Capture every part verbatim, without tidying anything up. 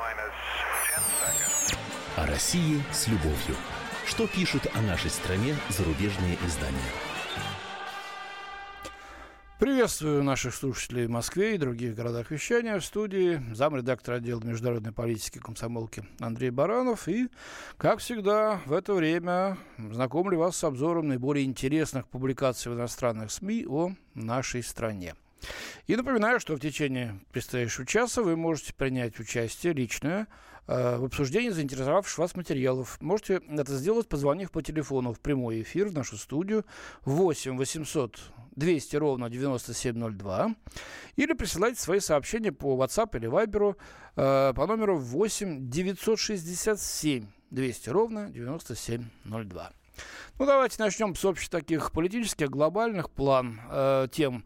О России с любовью. Что пишут о нашей стране зарубежные издания? Приветствую наших слушателей в Москве и других городах вещания. В студии замредактор отдела международной политики комсомолки Андрей Баранов. И, как всегда, в это время знакомлю вас с обзором наиболее интересных публикаций в иностранных СМИ о нашей стране. И напоминаю, что в течение предстоящего часа вы можете принять участие личное э, в обсуждении заинтересовавших вас материалов. Можете это сделать, позвонив по телефону в прямой эфир в нашу студию восемь восемьсот двести ровно девяносто семь ноль два или присылайте свои сообщения по WhatsApp или Viber э, по номеру восемь девятьсот шестьдесят семь двести ровно девяносто семь ноль два. Ну, давайте начнем с общих таких политических, глобальных план, э, тем.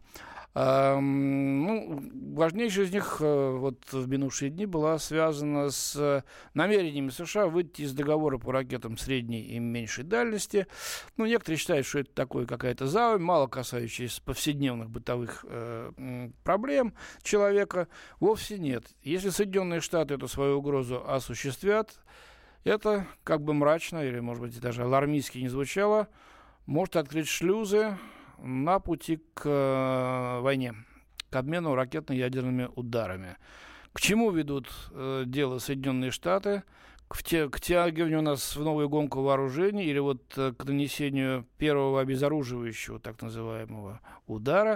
Эм, ну, важнейшая из них э, вот в минувшие дни была связана с э, намерениями США выйти из договора по ракетам средней и меньшей дальности. Ну, некоторые считают, что это такое какая-то зависть, мало касающаяся повседневных бытовых э, проблем человека. Вовсе нет. Если Соединенные Штаты эту свою угрозу осуществят, это, как бы мрачно или, может быть, даже алармистски не звучало, может открыть шлюзы на пути к э, войне, к обмену ракетно-ядерными ударами. К чему ведут э, дело Соединенные Штаты? К, те, к тягиванию нас в новую гонку вооружений или вот э, к нанесению первого обезоруживающего, так называемого, удара.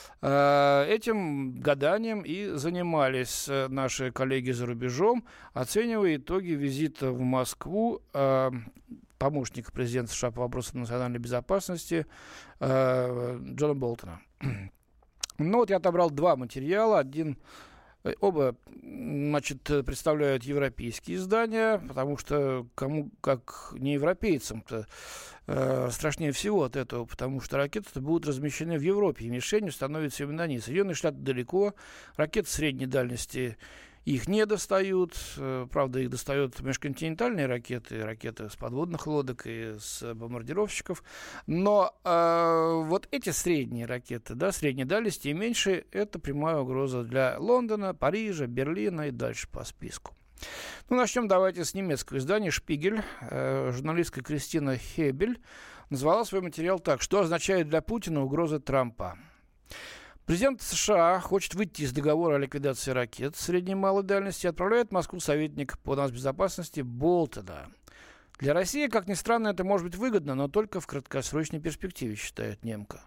Э, этим гаданием и занимались э, наши коллеги за рубежом, оценивая итоги визита в Москву э, помощника президента США по вопросам национальной безопасности э, Джона Болтона. Ну вот я отобрал два материала. Один, оба, значит, представляют европейские издания, потому что кому, как не европейцам-то, э, страшнее всего от этого, потому что ракеты будут размещены в Европе, и мишенью становятся именно они. Соединенные Штаты далеко, ракеты средней дальности их не достают, правда, их достают межконтинентальные ракеты, ракеты с подводных лодок и с бомбардировщиков, но э, вот эти средние ракеты, да, средней дальности и меньше, это прямая угроза для Лондона, Парижа, Берлина и дальше по списку. Ну, начнем давайте с немецкого издания «Шпигель». Э, журналистка Кристина Хебель назвала свой материал так: «Что означает для Путина угроза Трампа?» Президент США хочет выйти из договора о ликвидации ракет средней и малой дальности и отправляет в Москву советника по нацбезопасности Болтона. Для России, как ни странно, это может быть выгодно, но только в краткосрочной перспективе, считает немка.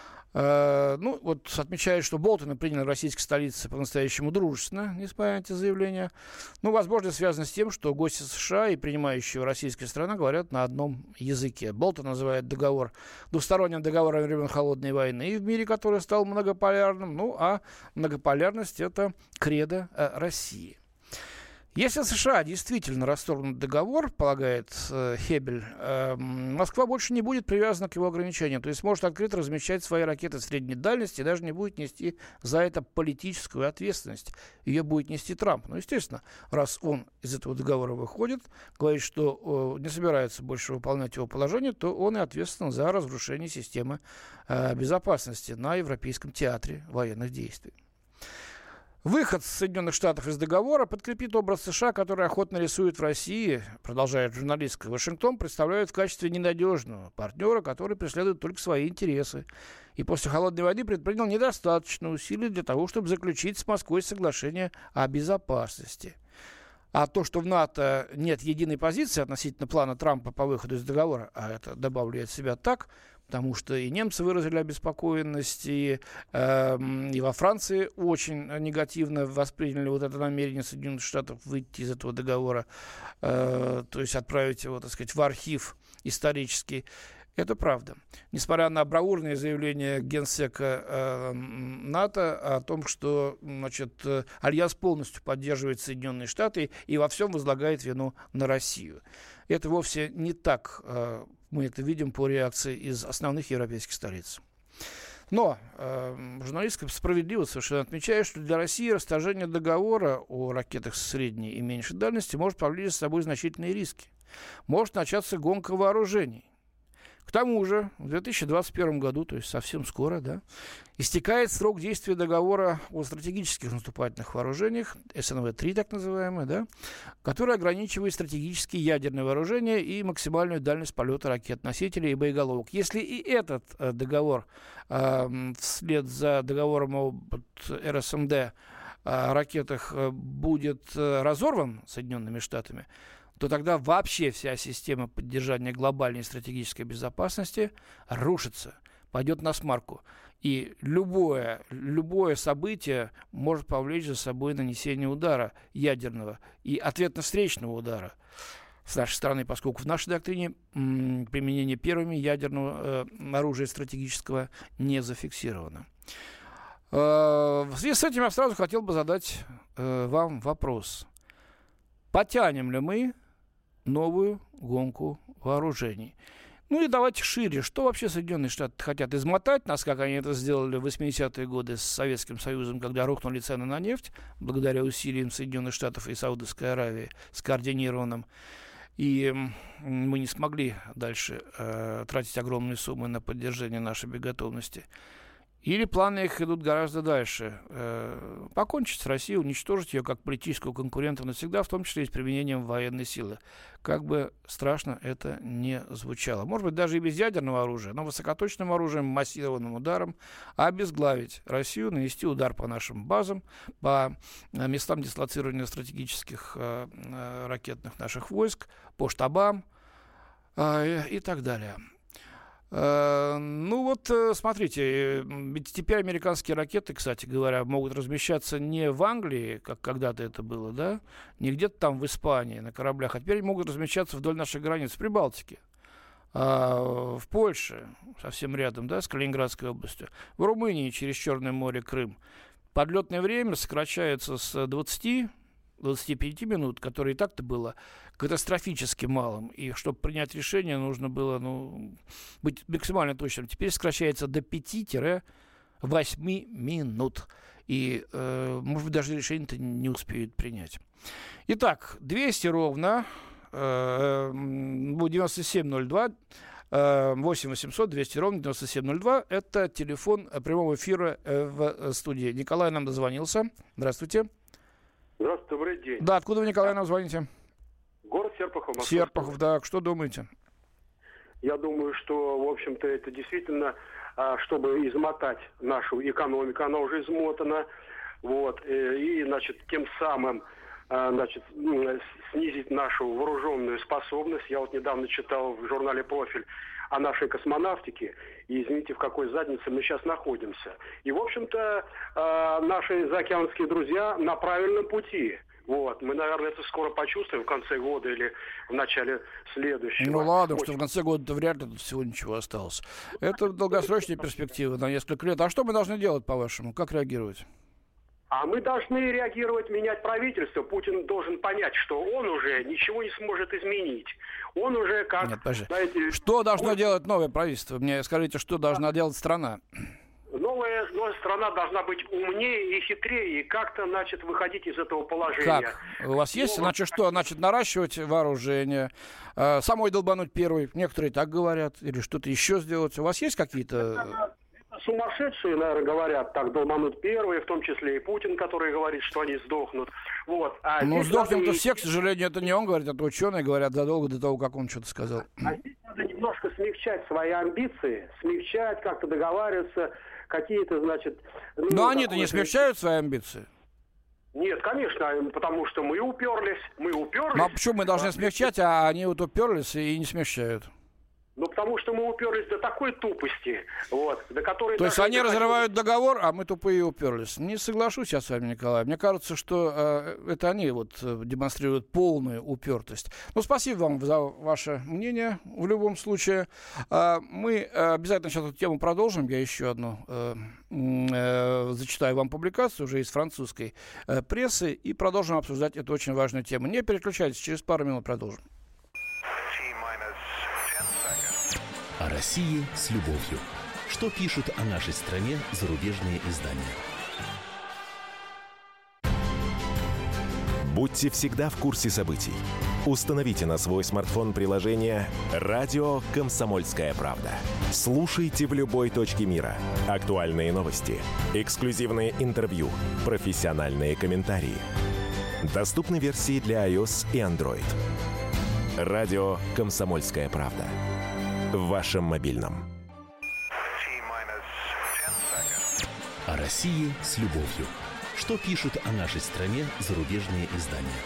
Э, ну, вот отмечает, что Болтона приняли в российской столице по-настоящему дружественно, несмотря на эти заявления. Ну, возможно, связано с тем, что гости США и принимающие российская страна говорят на одном языке. Болтон называет договор двусторонним договором времен Холодной войны в мире, который стал многополярным. Ну, а многополярность — это кредо э, России. Если США действительно расторгнут договор, полагает э, Хебель, э, Москва больше не будет привязана к его ограничениям, то есть сможет открыто размещать свои ракеты средней дальности и даже не будет нести за это политическую ответственность. Ее будет нести Трамп. Ну, естественно, раз он из этого договора выходит, говорит, что э, не собирается больше выполнять его положение, то он и ответственен за разрушение системы э, безопасности на Европейском театре военных действий. Выход Соединенных Штатов из договора подкрепит образ США, который охотно рисует в России, продолжает журналистка. Вашингтон представляет в качестве ненадежного партнера, который преследует только свои интересы. И после Холодной войны предпринял недостаточно усилий для того, чтобы заключить с Москвой соглашение о безопасности. А то, что в НАТО нет единой позиции относительно плана Трампа по выходу из договора, а это добавлю от себя так, потому что и немцы выразили обеспокоенность, и, э, и во Франции очень негативно восприняли вот это намерение Соединенных Штатов выйти из этого договора, э, то есть отправить его, так сказать, в архив исторический. Это правда. Несмотря на бравурные заявления генсека э, НАТО о том, что, значит, Альянс полностью поддерживает Соединенные Штаты и во всем возлагает вину на Россию. Это вовсе не так. Э, мы это видим по реакции из основных европейских столиц. Но э, журналистка справедливо совершенно отмечает, что для России расторжение договора о ракетах средней и меньшей дальности может повлечь за собой значительные риски. Может начаться гонка вооружений. К тому же в две тысячи двадцать первом году, то есть совсем скоро, да, истекает срок действия договора о стратегических наступательных вооружениях, эс эн вэ три так называемый, да, который ограничивает стратегические ядерные вооружения и максимальную дальность полета ракет-носителей и боеголовок. Если и этот э, договор э, вслед за договором об эр эс эм дэ о ракетах э, будет э, разорван Соединенными Штатами, то тогда вообще вся система поддержания глобальной стратегической безопасности рушится, пойдет на смарку. И любое, любое событие может повлечь за собой нанесение удара ядерного и ответно-встречного удара с нашей стороны, поскольку в нашей доктрине м, применение первыми ядерного э, оружия стратегического не зафиксировано. Э, в связи с этим я сразу хотел бы задать э, вам вопрос. Потянем ли мы новую гонку вооружений? Ну и давайте шире. Что вообще Соединенные Штаты хотят? Измотать нас, как они это сделали в восьмидесятые годы с Советским Союзом, когда рухнули цены на нефть, благодаря усилиям Соединенных Штатов и Саудовской Аравии, скоординированным. И мы не смогли дальше э, тратить огромные суммы на поддержание нашей боеготовности. Или планы их идут гораздо дальше. Э, покончить с Россией, уничтожить ее как политического конкурента навсегда, в том числе и с применением военной силы. Как бы страшно это не звучало. Может быть, даже и без ядерного оружия, но высокоточным оружием, массированным ударом обезглавить Россию, нанести удар по нашим базам, по местам дислоцирования стратегических э, э, ракетных наших войск, по штабам э, и так далее. Ну вот, смотрите, ведь теперь американские ракеты, кстати говоря, могут размещаться не в Англии, как когда-то это было, да, не где-то там в Испании на кораблях, а теперь могут размещаться вдоль наших границ в Прибалтике, в Польше, совсем рядом, да, с Калининградской областью, в Румынии через Черное море, Крым. Подлетное время сокращается с двадцати двадцати пяти минут, которое и так-то было катастрофически малым. И чтобы принять решение, нужно было ну, быть максимально точным. Теперь сокращается до пяти-восьми минут. И, э, может быть, даже решение-то не успеют принять. Итак, двести ровно, э, девяносто семь ноль два, э, восемь восемьсот двести ровно девяносто семь ноль два. Это телефон прямого эфира э, в студии. Николай нам дозвонился. Здравствуйте. Здравствуйте, добрый день. Да, откуда вы, Николай, нам звоните? Город Серпухов. Москва. Серпухов, да. Что думаете? Я думаю, что, в общем-то, это действительно, чтобы измотать нашу экономику, она уже измотана, вот, и, значит, тем самым, значит, снизить нашу вооруженную способность. Я вот недавно читал в журнале «Профиль» о нашей космонавтике, и извините, в какой заднице мы сейчас находимся. И, в общем-то, наши заокеанские друзья на правильном пути. Вот. Мы, наверное, это скоро почувствуем в конце года или в начале следующего. Ну ладно, что в конце года вряд ли тут всего ничего осталось. Это долгосрочная перспектива на несколько лет. А что мы должны делать, по-вашему? Как реагировать? А мы должны реагировать, менять правительство. Путин должен понять, что он уже ничего не сможет изменить. Он уже как... Нет, подожди. Знаете, что должно он... делать новое правительство? Мне скажите, что должна делать страна? Новая, новая страна должна быть умнее и хитрее, и как-то, значит, выходить из этого положения. Как? У вас есть, ну, значит, что? Значит, наращивать вооружение, э, самой долбануть первый, некоторые так говорят, или что-то еще сделать. У вас есть какие-то... Это, это сумасшедшие, наверное, говорят, так, долбануть первые, в том числе и Путин, который говорит, что они сдохнут. Вот. А ну, сдохнем-то надо... все, к сожалению, это не он говорит, это ученые говорят задолго до того, как он что-то сказал. А здесь надо немножко смягчать свои амбиции, смягчать, как-то договариваться, какие-то, значит... Ну, Но они-то не смягчают свои амбиции? Нет, конечно, потому что мы уперлись, мы уперлись. Ну, а почему мы должны смягчать, а они вот уперлись и не смягчают? Ну, потому что мы уперлись до такой тупости, вот, до которой... То есть они разрывают договор, а мы тупые уперлись. Не соглашусь я с вами, Николай. Мне кажется, что э, это они вот демонстрируют полную упертость. Ну, спасибо вам за ваше мнение в любом случае. Э, мы обязательно сейчас эту тему продолжим. Я еще одну э, э, зачитаю вам публикацию уже из французской э, прессы и продолжим обсуждать эту очень важную тему. Не переключайтесь, через пару минут продолжим. О России с любовью. Что пишут о нашей стране зарубежные издания? Будьте всегда в курсе событий. Установите на свой смартфон приложение «Радио Комсомольская правда». Слушайте в любой точке мира. Актуальные новости, эксклюзивные интервью, профессиональные комментарии. Доступны версии для iOS и Android. «Радио Комсомольская правда». В вашем мобильном. О России с любовью. Что пишут о нашей стране зарубежные издания?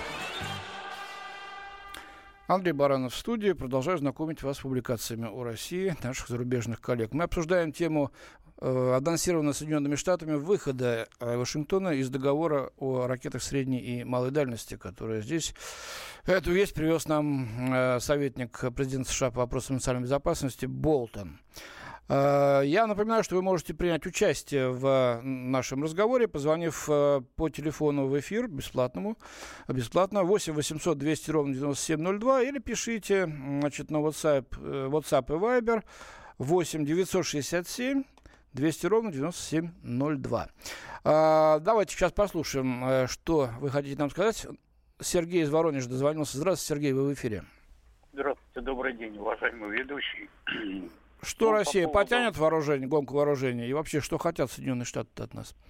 Андрей Баранов в студии. Продолжаю знакомить вас с публикациями о России наших зарубежных коллег. Мы обсуждаем тему э, анонсированного Соединенными Штатами выхода э, Вашингтона из договора о ракетах средней и малой дальности, который здесь... Эту весть привез нам э, советник президента США по вопросам национальной безопасности Болтон. Я напоминаю, что вы можете принять участие в нашем разговоре, позвонив по телефону в эфир бесплатному, бесплатно восемь восемьсот двести ровно девяносто семь ноль два или пишите, значит, на WhatsApp, WhatsApp и Viber восемь девятьсот шестьдесят семь двести ровно девяносто семь ноль два. Давайте сейчас послушаем, что вы хотите нам сказать. Сергей из Воронежа дозвонился. Здравствуйте, Сергей, вы в эфире. Здравствуйте, добрый день, уважаемый ведущий. Что ну, Россия по поводу... потянет вооружение, гонку вооружения? И вообще, что хотят Соединенные Штаты от нас?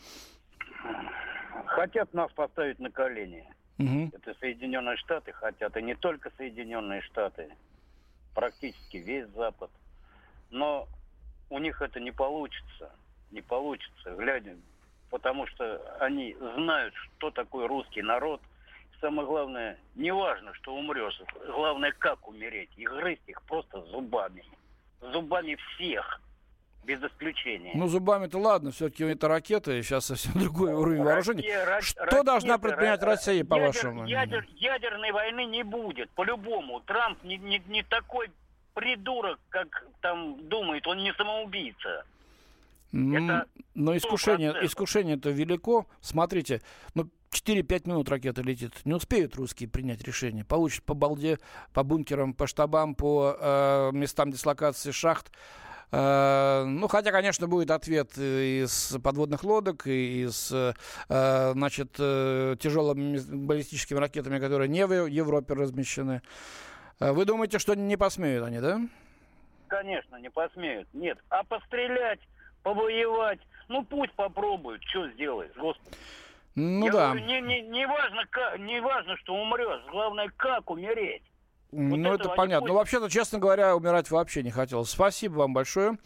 Хотят нас поставить на колени. Угу. Это Соединенные Штаты хотят, и не только Соединенные Штаты. Практически весь Запад. Но у них это не получится. Не получится, глядя. Потому что они знают, что такое русский народ. Самое главное, не важно, что умрешь. Главное, как умереть. И грызть их просто зубами. Зубами всех, без исключения. Ну, зубами-то ладно, все-таки это ракеты, сейчас совсем другой уровень вооружений. Раке, что ракеты, должна предпринять Россия, по-вашему? Ядер, ядерной войны не будет, по-любому. Трамп не, не, не такой придурок, как там думает, он не самоубийца. Это Но искушение, искушение-то велико. Смотрите, ну, четыре-пять минут ракета летит. Не успеют русские принять решение. Получат по балде, по бункерам, по штабам, по э, местам дислокации шахт. Э, ну, хотя, конечно, будет ответ из подводных лодок, и из э, значит, э, тяжелыми баллистическими ракетами, которые не в Европе размещены. Вы думаете, что не посмеют они, да? Конечно, не посмеют. Нет. А пострелять, повоевать, ну пусть попробуют. Что сделаешь, Господи. Ну Я да. говорю, не, не, не, важно, как, не важно, что умрешь. Главное, как умереть. Ну, вот это понятно. Пусть... Но вообще-то, честно говоря, умирать вообще не хотелось. Спасибо вам большое.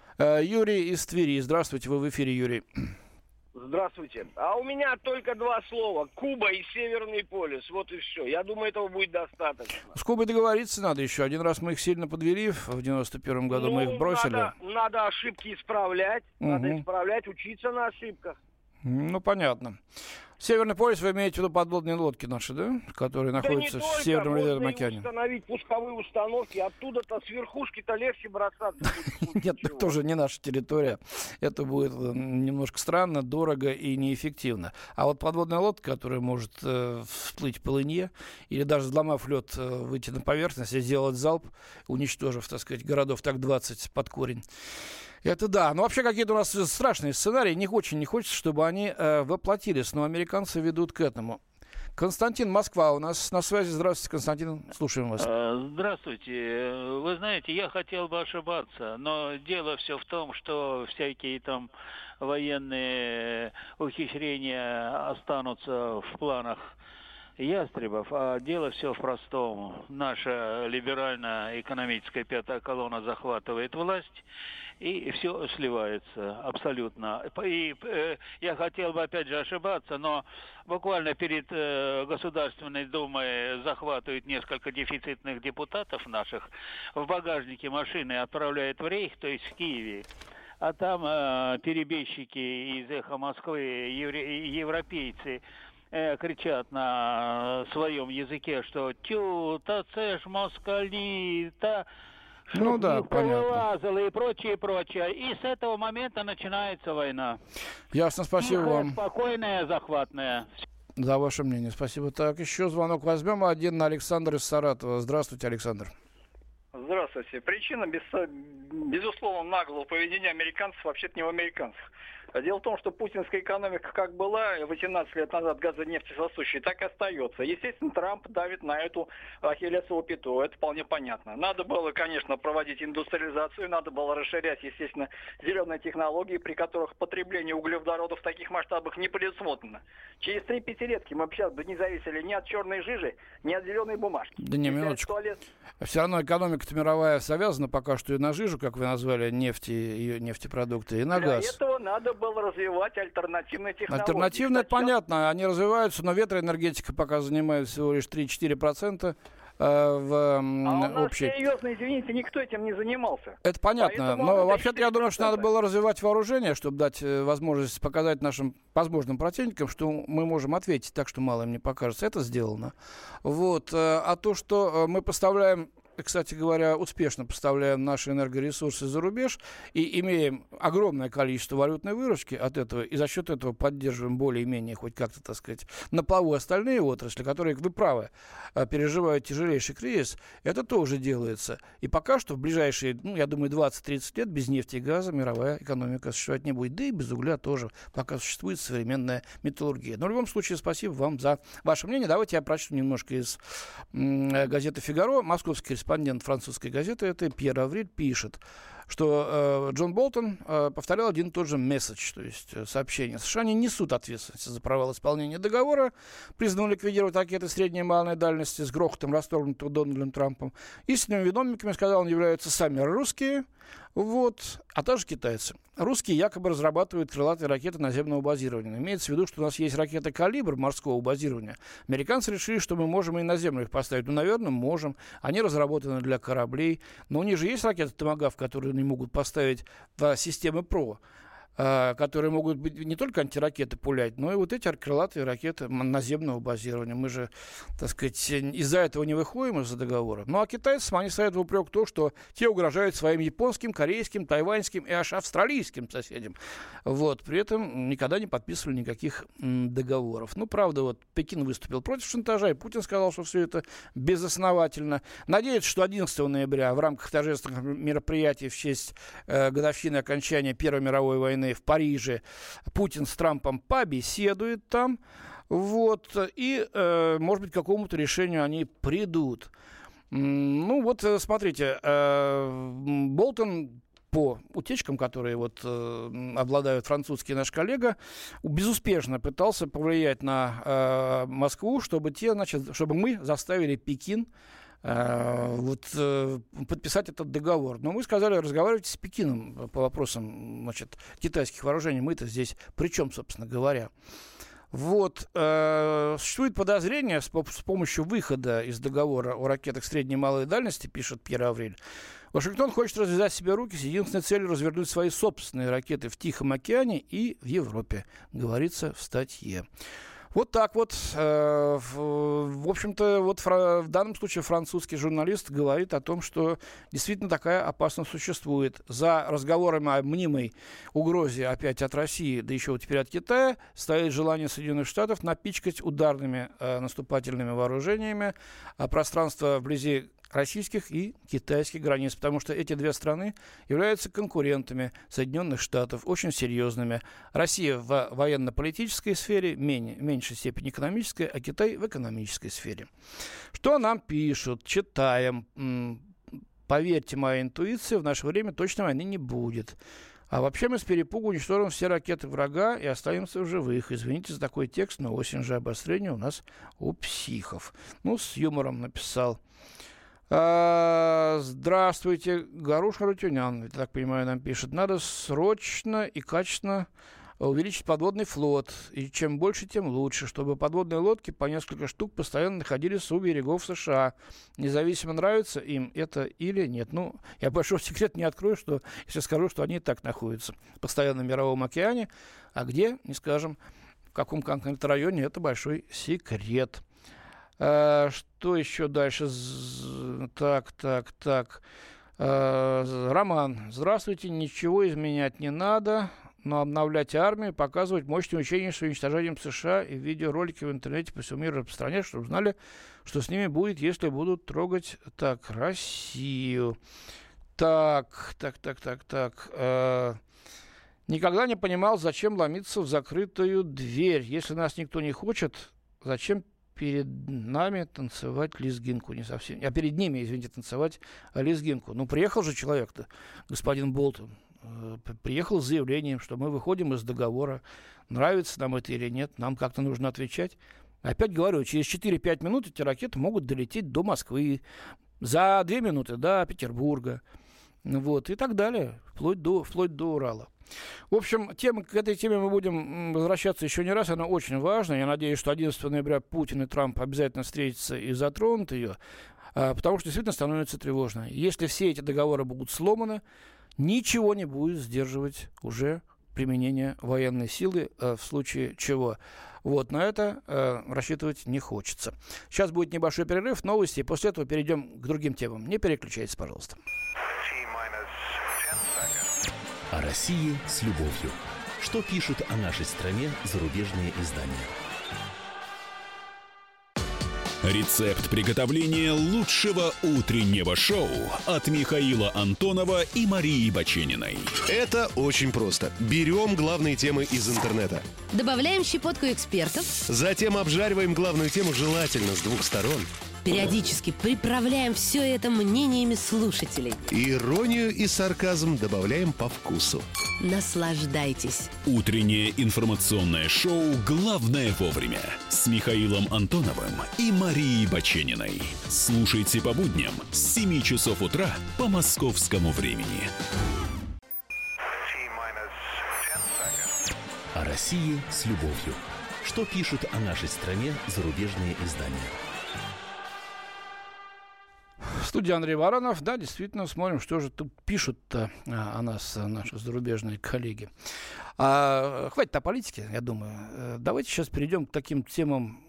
Юрий из Твери. Здравствуйте, вы в эфире, Юрий. Здравствуйте. А у меня только два слова. Куба и Северный полюс. Вот и все. Я думаю, этого будет достаточно. С Кубой договориться надо еще. Один раз мы их сильно подвели. В девяносто первом году ну, мы их бросили. Надо, надо ошибки исправлять. Угу. Надо исправлять, учиться на ошибках. Ну, понятно. Северный полюс, вы имеете в виду подводные лодки наши, да? Которые да находятся в Северном Ледовитом океане. Установить пусковые установки, оттуда-то с верхушки-то легче бросаться. Нет, это тоже не наша территория. Это будет немножко странно, дорого и неэффективно. А вот подводная лодка, которая может э, всплыть в полынье, или даже взломав лед, э, выйти на поверхность и сделать залп, уничтожив, так сказать, городов так двадцать под корень. Это да. Но вообще какие-то у нас страшные сценарии. Не очень не хочется, чтобы они э, воплотились. Но американцы ведут к этому. Константин, Москва у нас на связи. Здравствуйте, Константин. Слушаем вас. Здравствуйте. Вы знаете, я хотел бы ошибаться, но дело все в том, что всякие там военные ухищрения останутся в планах ястребов, а дело все в простом. Наша либерально-экономическая пятая колонна захватывает власть, и все сливается абсолютно. И э, я хотел бы опять же ошибаться, но буквально перед э, Государственной Думой захватывают несколько дефицитных депутатов наших, в багажнике машины отправляют в Рейх, то есть в Киеве. А там э, перебежчики из «Эхо Москвы», евре, европейцы, кричат на своем языке, что тю, та це ж москали, та ну да, понятно. И прочее, прочее. И с этого момента начинается война. Ясно, спасибо Тихая, вам. Спокойная, захватная. За ваше мнение, спасибо. Так, еще звонок возьмем. Один на Александр из Саратова. Здравствуйте, Александр. Здравствуйте. Причина, без, безусловно, наглого поведения американцев вообще-то не в американцах. Дело в том, что путинская экономика как была восемнадцать лет назад газонефтесосущей, так и остается. Естественно, Трамп давит на эту ахиллесову пяту, это вполне понятно. Надо было, конечно, проводить индустриализацию, надо было расширять, естественно, зеленые технологии, при которых потребление углеводородов в таких масштабах не предусмотрено. Через три пятилетки мы бы сейчас бы не зависели ни от черной жижи, ни от зеленой бумажки. Да не, минуточку. Туалет... Все равно экономика-то мировая завязана пока что и на жижу, как вы назвали, нефти, и нефтепродукты, и на Для газ. Для этого надо было развивать альтернативные технологии. Альтернативные, это понятно, они развиваются, но ветроэнергетика пока занимает всего лишь три-четыре процента. В а у нас общей... серьезно, извините, никто этим не занимался. Это понятно, Поэтому но вообще-то я думаю, что надо было развивать вооружение, чтобы дать возможность показать нашим возможным противникам, что мы можем ответить так, что мало им не покажется. Это сделано. Вот. А то, что мы поставляем, кстати говоря, успешно поставляем наши энергоресурсы за рубеж и имеем огромное количество валютной выручки от этого, и за счет этого поддерживаем более-менее хоть как-то, так сказать, на плаву остальные отрасли, которые, вы правы, переживают тяжелейший кризис, это тоже делается. И пока что в ближайшие, ну, я думаю, двадцать-тридцать лет без нефти и газа мировая экономика существовать не будет. Да и без угля тоже, пока существует современная металлургия. Но в любом случае, спасибо вам за ваше мнение. Давайте я прочту немножко из м- газеты «Фигаро». Московский корреспондент французской газеты, это Пьер Авриль, пишет, что э, Джон Болтон э, повторял один и тот же месседж, то есть э, сообщение. США не несут ответственности за провал исполнения договора, признанного ликвидировать ракеты средней и малой дальности с грохотом, расторгнутого Дональдом Трампом. Истинными виновниками, сказал он, являются сами русские, вот, а также китайцы. Русские якобы разрабатывают крылатые ракеты наземного базирования. Имеется в виду, что у нас есть ракеты «Калибр» морского базирования. Американцы решили, что мы можем и на землю их поставить. Ну, наверное, можем. Они разработаны для кораблей. Но у них же есть ракеты «Томагавк», которые они могут поставить в системы ПРО, которые могут быть не только антиракеты пулять, но и вот эти крылатые ракеты наземного базирования. Мы же, так сказать, из-за этого не выходим из-за договора. Ну, а китайцам они ставят в упрек то, что те угрожают своим японским, корейским, тайваньским и аж австралийским соседям. Вот. При этом никогда не подписывали никаких м, договоров. Ну, правда, вот Пекин выступил против шантажа, и Путин сказал, что все это безосновательно. Надеется, что одиннадцатого ноября в рамках торжественных мероприятий в честь э, годовщины окончания Первой мировой войны в Париже Путин с Трампом побеседует там, вот, и, э, может быть, к какому-то решению они придут. Ну, вот, смотрите, э, Болтон, по утечкам, которые вот э, обладают французский наш коллега, безуспешно пытался повлиять на э, Москву, чтобы те, значит, чтобы мы заставили Пекин Uh, вот, uh, подписать этот договор. Но мы сказали, разговаривайте с Пекином по вопросам, значит, китайских вооружений. Мы-то здесь при чем, собственно говоря? Вот. Uh, существует подозрение с, с помощью выхода из договора о ракетах средней и малой дальности, пишет Пьер Авриль. Вашингтон хочет развязать себе руки с единственной целью развернуть свои собственные ракеты в Тихом океане и в Европе, говорится в статье. Вот так вот. В общем-то, вот в данном случае французский журналист говорит о том, что действительно такая опасность существует. За разговорами о мнимой угрозе опять от России, да еще вот теперь от Китая, стоит желание Соединенных Штатов напичкать ударными наступательными вооружениями пространство вблизи российских и китайских границ, потому что эти две страны являются конкурентами Соединенных Штатов, очень серьезными. Россия в военно-политической сфере, менее, в меньшей степени экономической, а Китай в экономической сфере. Что нам пишут? Читаем. Поверьте моей интуиции, в наше время точно войны не будет. А вообще мы с перепугу уничтожим все ракеты врага и останемся в живых. Извините за такой текст, но осень же обострение у нас у психов. Ну, с юмором написал. А, здравствуйте, Гаруш Харутюнян, я так понимаю, нам пишет. Надо срочно и качественно увеличить подводный флот. И чем больше, тем лучше, чтобы подводные лодки по несколько штук постоянно находились у берегов США. Независимо, нравится им это или нет. Ну, я большой секрет не открою, что, если скажу, что они и так находятся постоянно в Мировом океане. А где, не скажем, в каком конкретном районе, это большой секрет. А, что еще дальше? Так, так, так. А, Роман. Здравствуйте. Ничего изменять не надо, но обновлять армию, показывать мощные учения с уничтожением США и видеоролики в интернете по всему миру распространять, чтобы знали, что с ними будет, если будут трогать так Россию. Так, так, так, так, так. А, Никогда не понимал, зачем ломиться в закрытую дверь. Если нас никто не хочет, зачем перед нами танцевать лезгинку? Не совсем. А перед ними, извините, танцевать лезгинку. Ну, приехал же человек-то, господин Болтон. Приехал с заявлением, что мы выходим из договора. Нравится нам это или нет, нам как-то нужно отвечать. Опять говорю, через четыре-пять минут эти ракеты могут долететь до Москвы, за две минуты до Петербурга, вот, и так далее, вплоть до, вплоть до Урала. В общем, тема, к этой теме мы будем возвращаться еще не раз, она очень важна. Я надеюсь, что одиннадцатого ноября Путин и Трамп обязательно встретятся и затронут ее, потому что действительно становится тревожно. Если все эти договоры будут сломаны, ничего не будет сдерживать уже применение военной силы, э, в случае чего. Вот, на это э, рассчитывать не хочется. Сейчас будет небольшой перерыв, новости, и после этого перейдем к другим темам. Не переключайтесь, пожалуйста. О России с любовью. Что пишут о нашей стране зарубежные издания? Рецепт приготовления лучшего утреннего шоу от Михаила Антонова и Марии Бачениной. Это очень просто. Берем главные темы из интернета. Добавляем щепотку экспертов. Затем обжариваем главную тему желательно с двух сторон. Периодически приправляем все это мнениями слушателей. Иронию и сарказм добавляем по вкусу. Наслаждайтесь. Утреннее информационное шоу «Главное вовремя» с Михаилом Антоновым и Марией Бачениной. Слушайте по будням с семи часов утра по московскому времени. О России с любовью. Что пишут о нашей стране зарубежные издания? В студии Андрей Баранов. Да, действительно, смотрим, что же тут пишут-то о нас наши зарубежные коллеги. А, хватит о политике, я думаю. Давайте сейчас перейдем к таким темам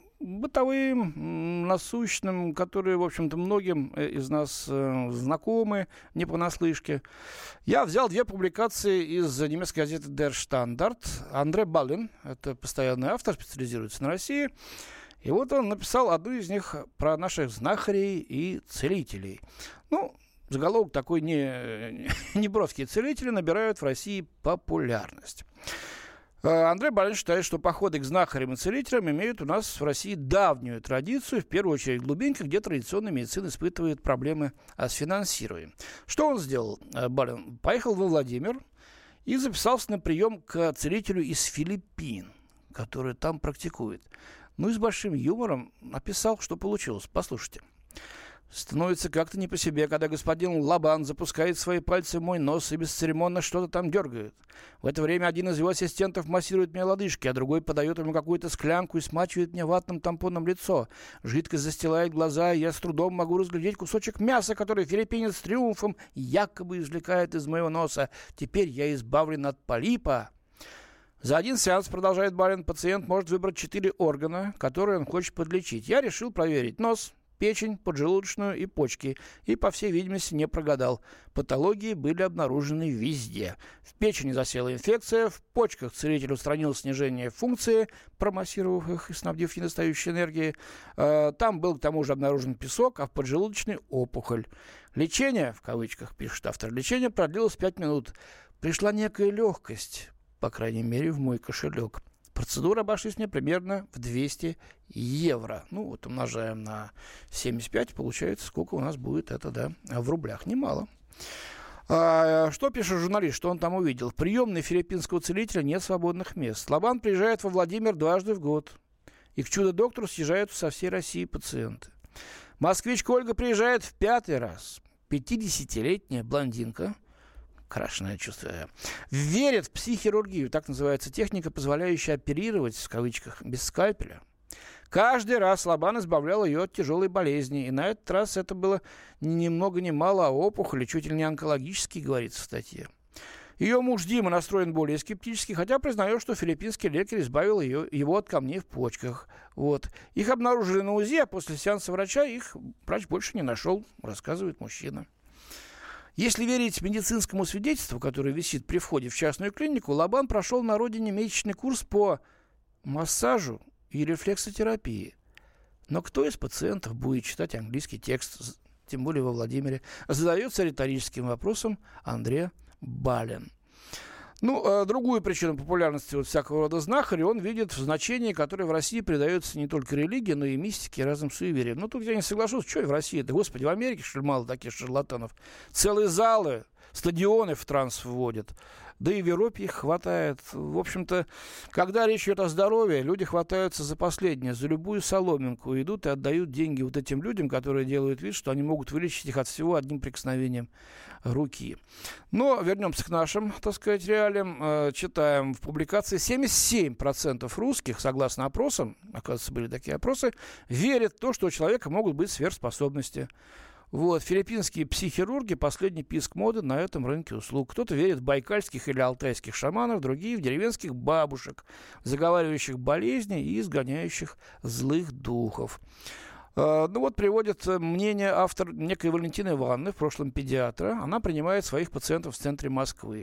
бытовым, насущным, которые, в общем-то, многим из нас знакомы, не понаслышке. Я взял две публикации из немецкой газеты Der Standard. Андре Баллен, это постоянный автор, специализируется на России. И вот он написал одну из них про наших знахарей и целителей. Ну, заголовок такой: не, неброские целители набирают в России популярность. Андрей Балин считает, что походы к знахарям и целителям имеют у нас в России давнюю традицию, в первую очередь в глубинках, где традиционная медицина испытывает проблемы с финансированием. Что он сделал, Балин? Поехал во Владимир и записался на прием к целителю из Филиппин, который там практикует. Ну и с большим юмором написал, что получилось. Послушайте. Становится как-то не по себе, когда господин Лабан запускает свои пальцы в мой нос и бесцеремонно что-то там дергает. В это время один из его ассистентов массирует мне лодыжки, а другой подает ему какую-то склянку и смачивает мне ватным тампоном лицо. Жидкость застилает глаза, и я с трудом могу разглядеть кусочек мяса, который филиппинец с триумфом якобы извлекает из моего носа. Теперь я избавлен от полипа. За один сеанс, продолжает Балин, пациент может выбрать четыре органа, которые он хочет подлечить. Я решил проверить нос, печень, поджелудочную и почки. И, по всей видимости, не прогадал. Патологии были обнаружены везде. В печени засела инфекция, в почках целитель устранил снижение функции, промассировав их и снабдив недостающей энергией. Там был, к тому же, обнаружен песок, а в поджелудочной опухоль. Лечение, в кавычках пишет автор, лечение продлилось пять минут. Пришла некая легкость, по крайней мере, в мой кошелек. Процедура обошлась мне примерно в двести евро. Ну, вот умножаем на семьдесят пять, получается, сколько у нас будет это, да, в рублях. Немало. А, что пишет журналист, что он там увидел? В приемной филиппинского целителя нет свободных мест. Лабан приезжает во Владимир дважды в год. И к чудо-доктору съезжают со всей России пациенты. Москвичка Ольга приезжает в пятый раз. пятидесятилетняя блондинка, крашеное чувство, верит в психохирургию, так называется техника, позволяющая оперировать, в кавычках, без скальпеля. Каждый раз Лабан избавлял ее от тяжелой болезни, и на этот раз это было ни много ни мало, а опухоли, чуть ли не онкологические, говорится в статье. Ее муж Дима настроен более скептически, хотя признает, что филиппинский лекарь избавил ее, его от камней в почках. Вот. Их обнаружили на УЗИ, а после сеанса врача их врач больше не нашел, рассказывает мужчина. Если верить медицинскому свидетельству, которое висит при входе в частную клинику, Лабан прошел на родине месячный курс по массажу и рефлексотерапии. Но кто из пациентов будет читать английский текст, тем более во Владимире, задается риторическим вопросом Андрей Бален. Ну, а другую причину популярности вот всякого рода знахарей он видит в значении, которое в России придается не только религии, но и мистике, и разным суевериям. Ну, тут я не соглашусь, что и в России-то, господи, в Америке, что ли, мало таких шарлатанов. Целые залы, стадионы в транс вводят. Да и в Европе их хватает. В общем-то, когда речь идет о здоровье, люди хватаются за последнее, за любую соломинку, идут и отдают деньги вот этим людям, которые делают вид, что они могут вылечить их от всего одним прикосновением руки. Но вернемся к нашим, так сказать, реалиям. Э, читаем в публикации: семьдесят семь процентов русских, согласно опросам, оказывается, были такие опросы, верят в то, что у человека могут быть сверхспособности. Вот, филиппинские психирурги — последний писк моды на этом рынке услуг. Кто-то верит в байкальских или алтайских шаманов, другие — в деревенских бабушек, заговаривающих болезни и изгоняющих злых духов. Uh, ну вот приводит мнение автор некой Валентины Ивановны, в прошлом педиатра. Она принимает своих пациентов в центре Москвы.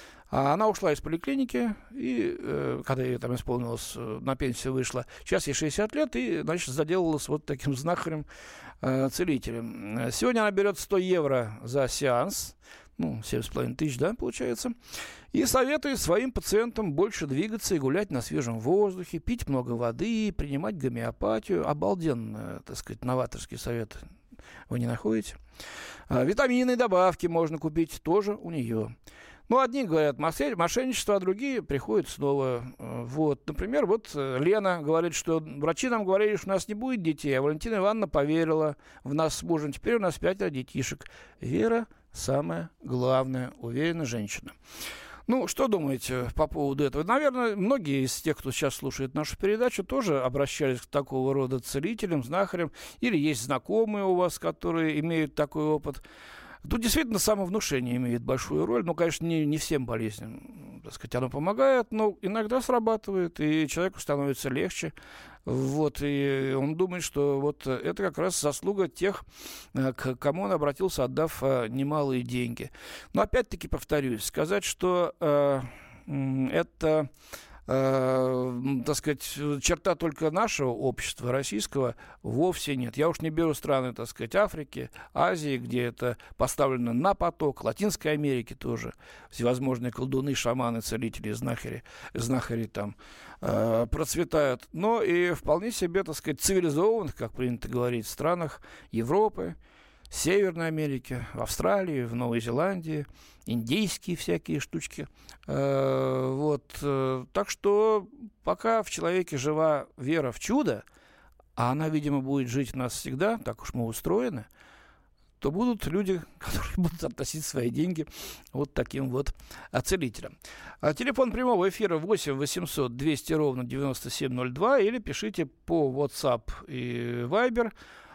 А она ушла из поликлиники, и э, когда ей там исполнилось, э, на пенсию вышла, сейчас ей шестьдесят лет, и, значит, заделалась вот таким знахарем, э, целителем. Сегодня она берет сто евро за сеанс, ну, семь с половиной тысяч, да, получается, и советует своим пациентам больше двигаться и гулять на свежем воздухе, пить много воды, принимать гомеопатию. Обалденно, так сказать, новаторский совет. Вы не находите? А, витамины и добавки можно купить тоже у нее. Ну, одни говорят мошенничество, а другие приходят снова. Вот, например, вот Лена говорит, что врачи нам говорили, что у нас не будет детей, а Валентина Ивановна поверила в нас с мужем. Теперь у нас пятеро детишек. Вера — самое главное, уверена женщина. Ну, что думаете по поводу этого? Наверное, многие из тех, кто сейчас слушает нашу передачу, тоже обращались к такого рода целителям, знахарям, или есть знакомые у вас, которые имеют такой опыт. Тут действительно самовнушение имеет большую роль. Ну, конечно, не, не всем болезням, так сказать, оно помогает, но иногда срабатывает, и человеку становится легче. Вот, и он думает, что вот это как раз заслуга тех, к кому он обратился, отдав немалые деньги. Но опять-таки повторюсь, сказать, что э, это... Э, так сказать, черта только нашего общества, российского, вовсе нет. Я уж не беру страны, так сказать, Африки, Азии, где это поставлено на поток, Латинской Америки тоже. Всевозможные колдуны, шаманы, целители, знахари, знахари там э, процветают. Но и вполне себе, так сказать, цивилизованных, как принято говорить, странах Европы, Северной Америки, в Австралии, в Новой Зеландии, индейские всякие штучки. Э, вот. Так что пока в человеке жива вера в чудо, а она, видимо, будет жить в нас всегда, так уж мы устроены, то будут люди, которые будут относить свои деньги вот таким вот целителям. А телефон прямого эфира восемь восемьсот двести ровно девяносто семь ноль два или пишите по WhatsApp и Viber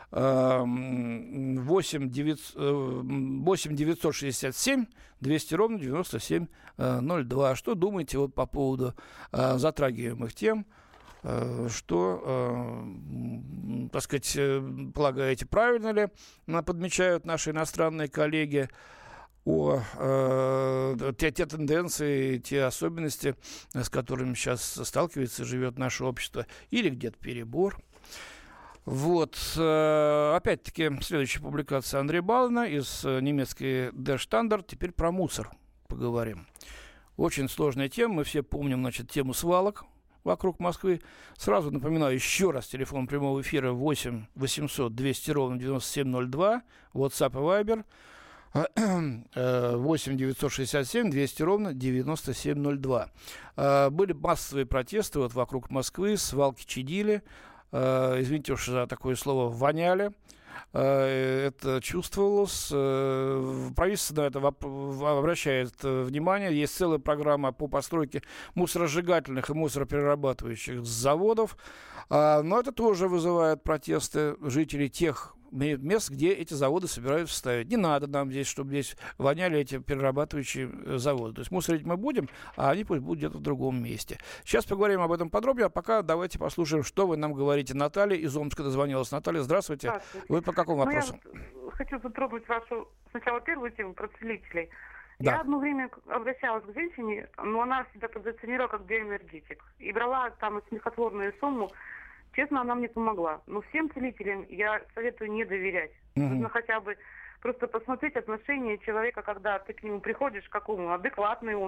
восемь девятьсот шестьдесят семь двести ровно девяносто семь ноль два. Что думаете вот по поводу э, затрагиваемых тем? Э, что, э, так сказать, э, полагаете, правильно ли подмечают наши иностранные коллеги о э, те, те тенденции, те особенности, с которыми сейчас сталкивается и живет наше общество, или где-то перебор? Вот, опять-таки, следующая публикация Андрея Балана из немецкой Der Standard. Теперь про мусор поговорим. Очень сложная тема. Мы все помним, значит, тему свалок вокруг Москвы. Сразу напоминаю еще раз: телефон прямого эфира восемь восемьсот двести ровно девяносто семь ноль два, WhatsApp и Viber восемь девятьсот шестьдесят семь двести ровно девяносто семь ноль два. Были массовые протесты вот вокруг Москвы, свалки чадили. Uh, извините уж за такое слово, воняли. Uh, это чувствовалось. Uh, правительство на это воп- обращает uh, внимание. Есть целая программа по постройке мусоросжигательных и мусороперерабатывающих заводов. Uh, но это тоже вызывает протесты жителей тех мест, где эти заводы собираются ставить. Не надо нам здесь, чтобы здесь воняли эти перерабатывающие заводы. То есть мусорить мы будем, а они пусть будут где-то в другом месте. Сейчас поговорим об этом подробнее, а пока давайте послушаем, что вы нам говорите. Наталья из Омска дозвонилась. Наталья, здравствуйте. Здравствуйте. Вы по какому вопросу? Ну, я хочу затронуть вашу сначала первую тему про целителей. Да. Я одно время обращалась к женщине, но она себя позиционировала как биоэнергетик. И брала там смехотворную сумму. Честно, она мне помогла. Но всем целителям я советую не доверять. Mm-hmm. Нужно хотя бы просто посмотреть отношение человека, когда ты к нему приходишь, какому адекватный он,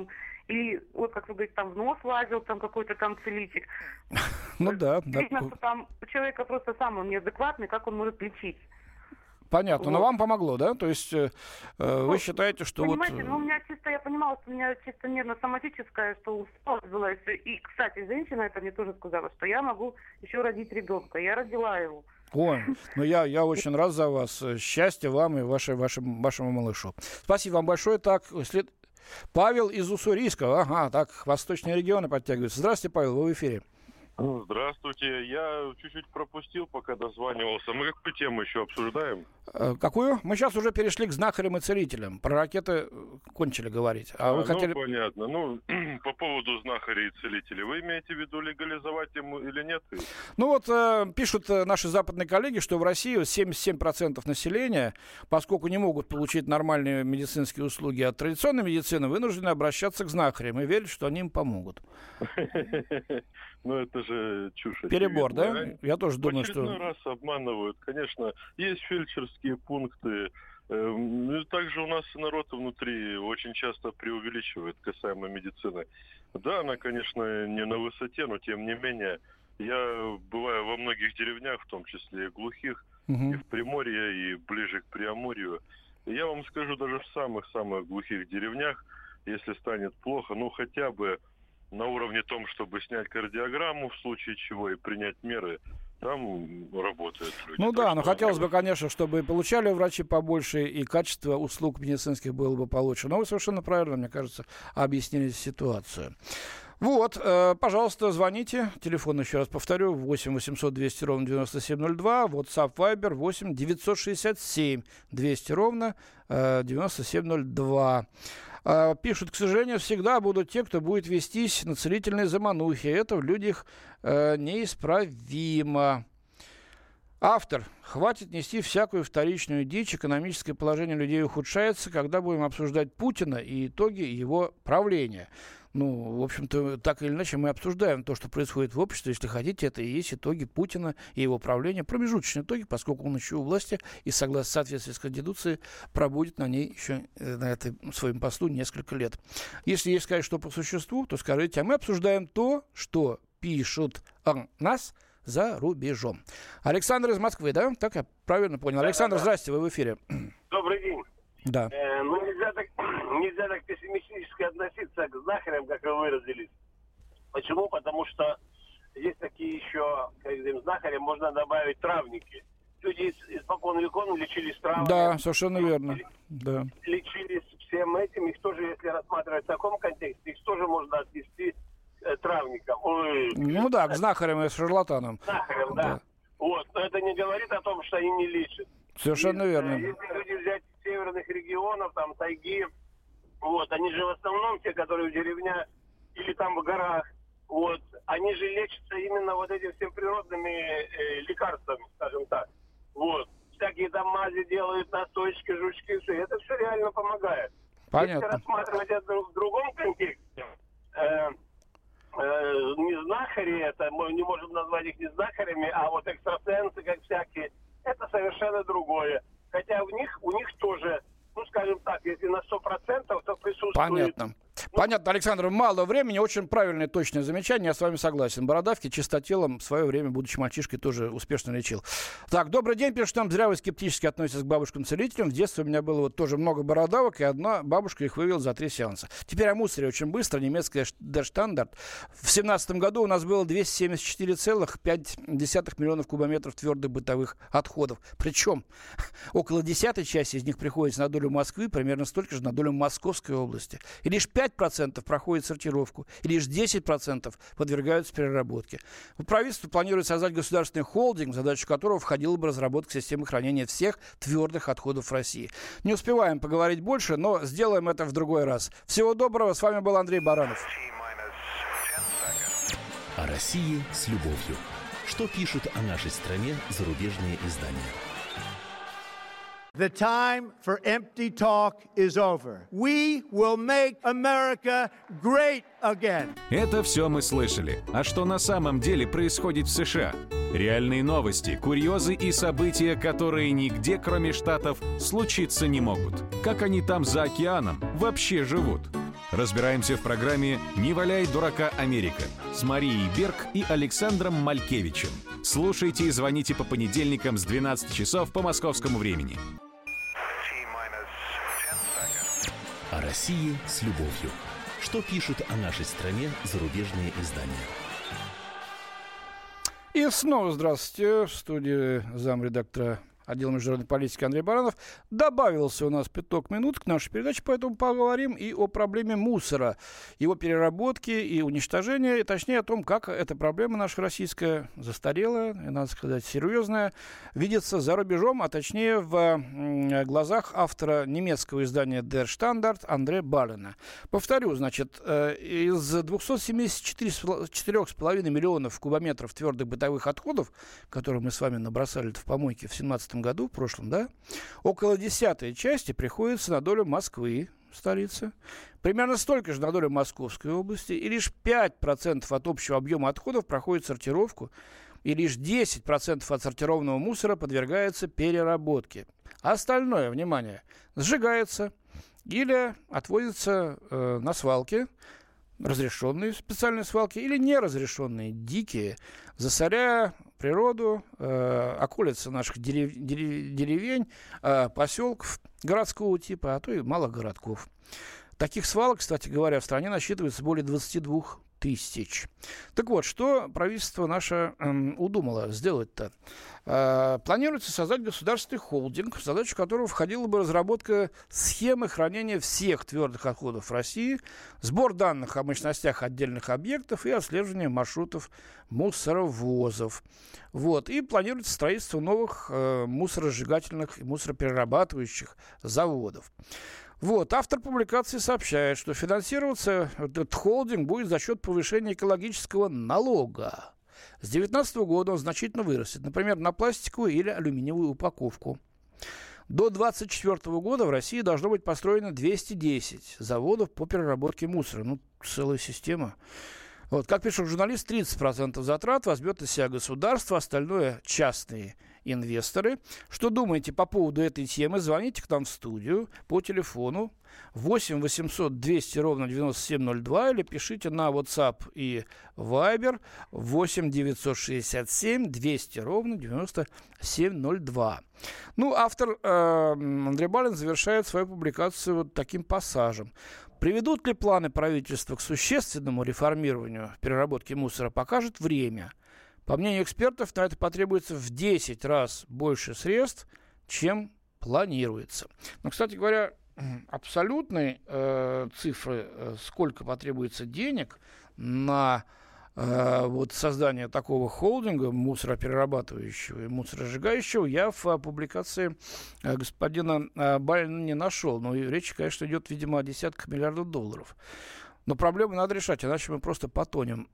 Или, вот как вы говорите, там в нос лазил, там какой-то там целитель. Ну да. Видно, что там у человека просто сам он неадекватный, как он может лечить. Понятно, но вам помогло, да? То есть э, вы ну, считаете, что понимаете, вот... ну у меня чисто, я понимала, что у меня чисто нервно-соматическое, что усталость была. И, кстати, женщина это мне тоже сказала, что я могу еще родить ребенка. Я родила его. Ой, ну я, я очень рад за вас. Счастья вам и вашей, вашему, вашему малышу. Спасибо вам большое. Так, след... Павел из Уссурийска. Ага, так, восточные регионы подтягиваются. Здравствуйте, Павел, вы в эфире. Здравствуйте. Я чуть-чуть пропустил, пока дозванивался. Мы какую тему еще обсуждаем? Какую? Мы сейчас уже перешли к знахарям и целителям. Про ракеты кончили говорить. А, а вы ну, хотели... понятно. Ну, по поводу знахарей и целителей. Вы имеете в виду легализовать ему или нет? Ну вот э, пишут наши западные коллеги, что в России семьдесят семь процентов населения, поскольку не могут получить нормальные медицинские услуги от традиционной медицины, вынуждены обращаться к знахарям и верят, что они им помогут. Ну, это же чушь. Перебор, да? Я тоже думаю, что... В очередной раз обманывают. Конечно, есть фельдшерские пункты. Также у нас народ внутри очень часто преувеличивает касаемо медицины. Да, она, конечно, не на высоте, но тем не менее. Я бываю во многих деревнях, в том числе и глухих, угу. и в Приморье, и ближе к Преамурью. И я вам скажу, даже в самых-самых глухих деревнях, если станет плохо, ну, хотя бы на уровне том, чтобы снять кардиограмму в случае чего и принять меры, там работают люди. Ну да, но хотелось бы, конечно, чтобы получали врачи побольше, и качество услуг медицинских было бы получше. Но вы совершенно правильно, мне кажется, объяснили ситуацию. Вот, э, пожалуйста, звоните. Телефон, еще раз повторю, восемь восемьсот двести ровно девяносто семь ноль два. WhatsApp, Viber восемь девятьсот шестьдесят семь двести ровно э, девяносто семь ноль два. Uh, пишут, к сожалению, всегда будут те, кто будет вестись на целительные заманухи. Это в людях uh, неисправимо. Автор. Хватит нести всякую вторичную дичь. Экономическое положение людей ухудшается, когда будем обсуждать Путина и итоги его правления. Ну, в общем-то, так или иначе мы обсуждаем то, что происходит в обществе. Если хотите, это и есть итоги Путина и его правления. Промежуточные итоги, поскольку он еще у власти и, согласно соответствии с Конституцией, пробудет на ней еще на этой своем посту несколько лет. Если есть сказать, что по существу, то скажите, а мы обсуждаем то, что пишут о нас за рубежом. Александр из Москвы, да? Так я правильно понял. Да, Александр, да, да. Здрасте, вы в эфире. Добрый день. Да. Э, ну, нельзя так, нельзя так пессимистически относиться к знахарям, как вы выразились. Почему? Потому что есть такие еще, как говорим, знахарям можно добавить травники. Люди испокон веков лечились травами. Да, совершенно верно. Лечились, да. лечились всем этим. Их тоже, если рассматривать в таком контексте, их тоже можно отнести э, травникам. Ой, ну да, к знахарям и шарлатанам. Знахарям, да. да. Вот. Но это не говорит о том, что они не лечат. Совершенно и, верно. Если люди взять северных регионов, там, тайги, вот, они же в основном те, которые в деревнях или там в горах, вот, они же лечатся именно вот этими всем природными э, лекарствами, скажем так. Вот. Всякие там мази делают, настойчики, жучки, все. Это все реально помогает. Понятно. Если рассматривать это в другом контексте, э, э, не знахари, это мы не можем назвать их не знахарями, а вот экстрасенсы, как всякие, это совершенно другое. Хотя в них, у них тоже, ну, скажем так, если на сто процентов, то присутствует... Понятно. Понятно, Александр, мало времени, очень правильное, точное замечание, я с вами согласен. Бородавки чистотелом в свое время, будучи мальчишкой, тоже успешно лечил. Так, добрый день, пишет нам, зря вы скептически относитесь к бабушкам-целителям. В детстве у меня было вот тоже много бородавок, и одна бабушка их вывела за три сеанса. Теперь о мусоре очень быстро, немецкая Der Standard. В семнадцатом году у нас было двести семьдесят четыре целых пять десятых миллионов кубометров твердых бытовых отходов. Причем около десятой части из них приходится на долю Москвы, примерно столько же на долю Московской области. И лишь пять процентов проходит сортировку, и лишь десять процентов подвергаются переработке. Правительство планирует создать государственный холдинг, в задачу которого входила бы разработка системы хранения всех твердых отходов в России. Не успеваем поговорить больше, но сделаем это в другой раз. Всего доброго, с вами был Андрей Баранов. О России с любовью. Что пишут о нашей стране зарубежные издания? The time for empty talk is over. We will make America great again. Это все мы слышали. А что на самом деле происходит в США? Реальные новости, курьезы и события, которые нигде, кроме Штатов, случиться не могут. Как они там за океаном вообще живут? Разбираемся в программе «Не валяй дурака, Америка» с Марией Берг и Александром Малькевичем. Слушайте и звоните по понедельникам с двенадцати часов по московскому времени. О России с любовью. Что пишут о нашей стране зарубежные издания? И снова здравствуйте. В студии замредактора отдела международной политики Андрей Баранов. Добавился у нас пяток минут к нашей передаче, поэтому поговорим и о проблеме мусора, его переработки и уничтожения, и точнее о том, как эта проблема наша российская застарелая, и, надо сказать, серьезная, видится за рубежом, а точнее в глазах автора немецкого издания Der Standard Андре Балена. Повторю, значит, из двухсот семидесяти четырёх с половиной миллионов кубометров твердых бытовых отходов, которые мы с вами набросали в помойке в семнадцатом году, в прошлом, да, около десятой части приходится на долю Москвы, столицы, примерно столько же на долю Московской области, и лишь пять процентов от общего объема отходов проходит сортировку, и лишь десять процентов отсортированного мусора подвергается переработке. А остальное, внимание, сжигается или отводится э, на свалки, разрешенные специальные свалки или неразрешенные, дикие, засоряя природу, э, околицы наших дерев, дерев, деревень, э, поселков городского типа, а то и малых городков. Таких свалок, кстати говоря, в стране насчитывается более двадцати двух тысяч. Так вот, что правительство наше э, удумало сделать-то? Э, планируется создать государственный холдинг, в задачу которого входила бы разработка схемы хранения всех твердых отходов в России, сбор данных о мощностях отдельных объектов и отслеживание маршрутов мусоровозов. Вот. И планируется строительство новых э, мусоросжигательных и мусороперерабатывающих заводов. Вот. Автор публикации сообщает, что финансироваться этот холдинг будет за счет повышения экологического налога. С две тысячи девятнадцатого года он значительно вырастет, например, на пластиковую или алюминиевую упаковку. До две тысячи двадцать четвёртого года в России должно быть построено двести десять заводов по переработке мусора. Ну, целая система. Вот. Как пишет журналист, тридцать процентов затрат возьмет на себя государство, остальное частные инвесторы. Что думаете по поводу этой темы? Звоните к нам в студию по телефону восемь восемьсот двести ровно девяносто семь ноль два или пишите на WhatsApp и Viber восемь девятьсот шестьдесят семь двести ровно девяносто семь ноль два. Ну, автор э, Андрей Бален завершает свою публикацию вот таким пассажем. Приведут ли планы правительства к существенному реформированию переработки мусора, покажет время. По мнению экспертов, на это потребуется в десять раз больше средств, чем планируется. Но, кстати говоря, абсолютные э, цифры, э, сколько потребуется денег на э, вот создание такого холдинга мусороперерабатывающего и мусоросжигающего, я в публикации э, господина э, Балина не нашел. Но речь, конечно, идет, видимо, о десятках миллиардов долларов. Но проблему надо решать, иначе мы просто потонем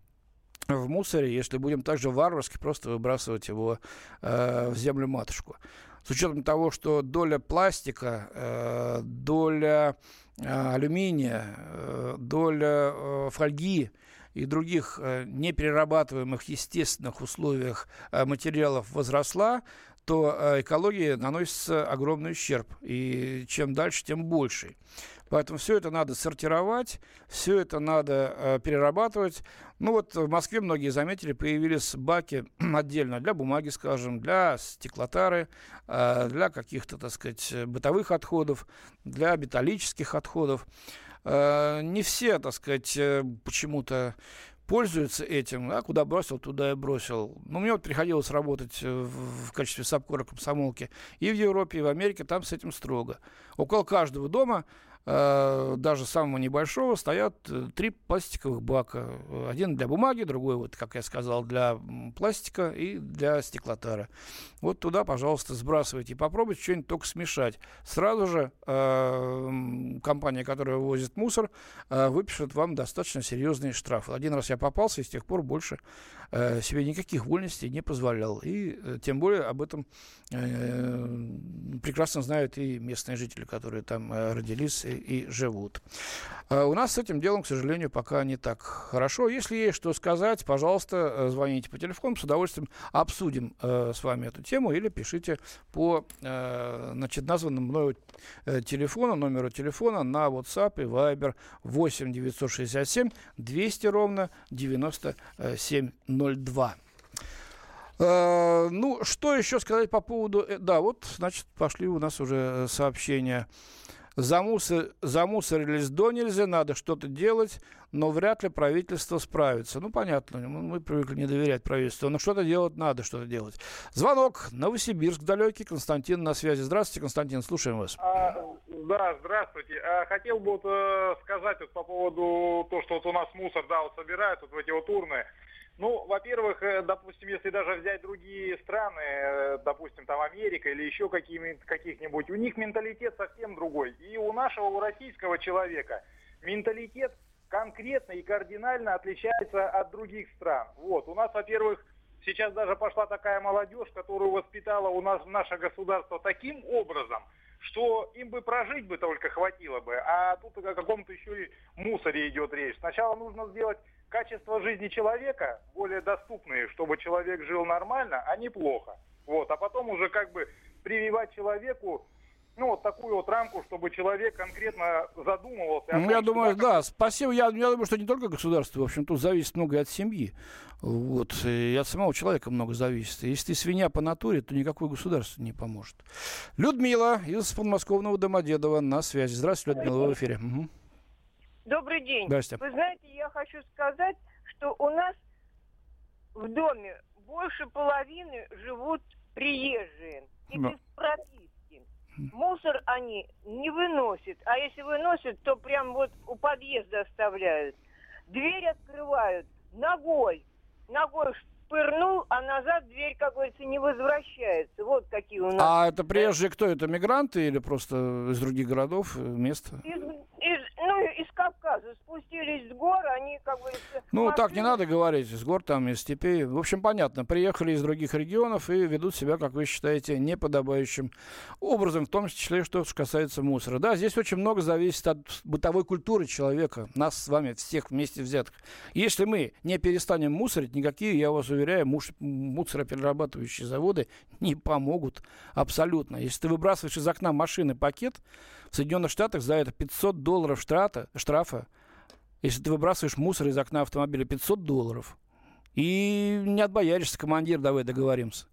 в мусоре, если будем также варварски просто выбрасывать его э, в землю-матушку. С учетом того, что доля пластика, э, доля э, алюминия, э, доля э, фольги и других э, неперерабатываемых естественных условиях э, материалов возросла, то э, экологии наносится огромный ущерб. И чем дальше, тем больше. Поэтому все это надо сортировать, все это надо э, перерабатывать. Ну вот в Москве многие заметили, появились баки отдельно для бумаги, скажем, для стеклотары, э, для каких-то, так сказать, бытовых отходов, для металлических отходов. Э, не все, так сказать, почему-то пользуются этим, а куда бросил, туда и бросил. Но мне вот приходилось работать в, в качестве сапкора комсомолки и в Европе, и в Америке, там с этим строго. Около каждого дома, э, даже самого небольшого, стоят три пластиковых бака. Один для бумаги, другой, вот, как я сказал, для пластика и для стеклотары. Вот туда, пожалуйста, сбрасывайте и попробуйте что-нибудь только смешать. Сразу же э, компания, которая вывозит мусор, э, выпишет вам достаточно серьезные штрафы. Один раз я попался и с тех пор больше э, себе никаких вольностей не позволял. И э, тем более об этом э, прекрасно знают и местные жители, которые там э, родились и живут. У нас с этим делом, к сожалению, пока не так хорошо. Если есть что сказать, пожалуйста, звоните по телефону, с удовольствием обсудим э, с вами эту тему или пишите по э, значит, названному мною телефону, номеру телефона на WhatsApp и Viber восемь девятьсот шестьдесят семь двести ровно девяносто семь ноль два. Э, ну, что еще сказать по поводу... Да, вот, значит, пошли у нас уже сообщения. Замусор, замусорились до нельзя, надо что-то делать, но вряд ли правительство справится. Ну, понятно, мы привыкли не доверять правительству, но что-то делать надо, что-то делать. Звонок. Новосибирск далекий. Константин на связи. Здравствуйте, Константин, слушаем вас. А, да, здравствуйте. А, хотел бы вот, э, сказать вот по поводу того, что вот у нас мусор, да, вот собирают вот в эти вот урны. Ну, во-первых, допустим, если даже взять другие страны, допустим, там Америка или еще каких-нибудь, у них менталитет совсем другой. И у нашего, у российского человека менталитет конкретно и кардинально отличается от других стран. Вот, у нас, во-первых, сейчас даже пошла такая молодежь, которую воспитала у нас наше государство таким образом, что им бы прожить бы только хватило бы, а тут о каком-то еще и мусоре идет речь. Сначала нужно сделать качество жизни человека более доступные, чтобы человек жил нормально, а не плохо. Вот, а потом уже как бы прививать человеку, ну, вот такую вот рамку, чтобы человек конкретно задумывался. Ну, том, я думаю, да, как... спасибо. Я, я думаю, что не только государство, в общем, тут зависит много от семьи. Вот, и от самого человека много зависит. Если ты свинья по натуре, то никакое государство не поможет. Людмила из подмосковного Домодедово на связи. Здравствуйте, Людмила, в эфире. Угу. Добрый день. Здравствуйте. Вы знаете, я хочу сказать, что у нас в доме больше половины живут приезжие и да. беспрописки. Мусор они не выносят, а если выносят, то прям вот у подъезда оставляют. Дверь открывают ногой, ногой шпырнул, а назад дверь, как говорится, не возвращается. Вот какие у нас. А это приезжие кто? Это мигранты или просто из других городов, места? Из, из, ну, из Кавказа спустились с гор, они, как говорится... Ну, машины... так не надо говорить, с гор там, из степей. В общем, понятно, приехали из других регионов и ведут себя, как вы считаете, неподобающим образом, в том числе, что касается мусора. Да, здесь очень много зависит от бытовой культуры человека, нас с вами всех вместе взятых. Если мы не перестанем мусорить, никакие, я вас уверяю, муш... мусороперерабатывающие заводы не помогут абсолютно. Если ты выбрасываешь из окна машины пакет, в Соединенных Штатах за это пятьсот долларов штрафа, штрафа. Если ты выбрасываешь мусор из окна автомобиля, пятьсот долларов. И не отбояришься, командир, давай договоримся.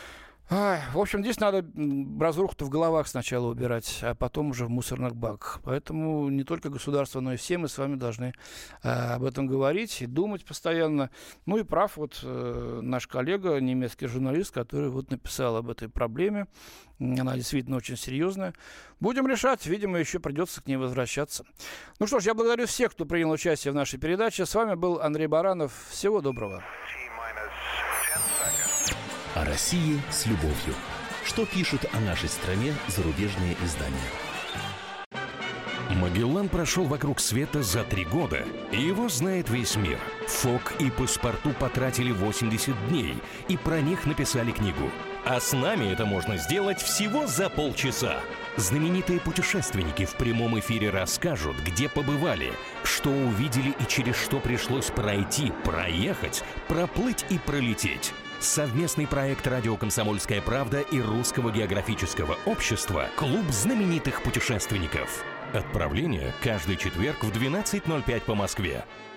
Ай, в общем, здесь надо разруху-то в головах сначала убирать, а потом уже в мусорных баках. Поэтому не только государство, но и все мы с вами должны а, об этом говорить и думать постоянно. Ну и прав вот э, наш коллега, немецкий журналист, который вот написал об этой проблеме. Она действительно очень серьезная. Будем решать. Видимо, еще придется к ней возвращаться. Ну что ж, я благодарю всех, кто принял участие в нашей передаче. С вами был Андрей Баранов. Всего доброго. О России с любовью. Что пишут о нашей стране зарубежные издания? Магеллан прошел вокруг света за три года, и его знает весь мир. Фок и Паспарту потратили восемьдесят дней, и про них написали книгу. А с нами это можно сделать всего за полчаса. Знаменитые путешественники в прямом эфире расскажут, где побывали, что увидели и через что пришлось пройти, проехать, проплыть и пролететь. Совместный проект «Радио Комсомольская правда» и Русского географического общества «Клуб знаменитых путешественников». Отправление каждый четверг в двенадцать ноль пять по Москве.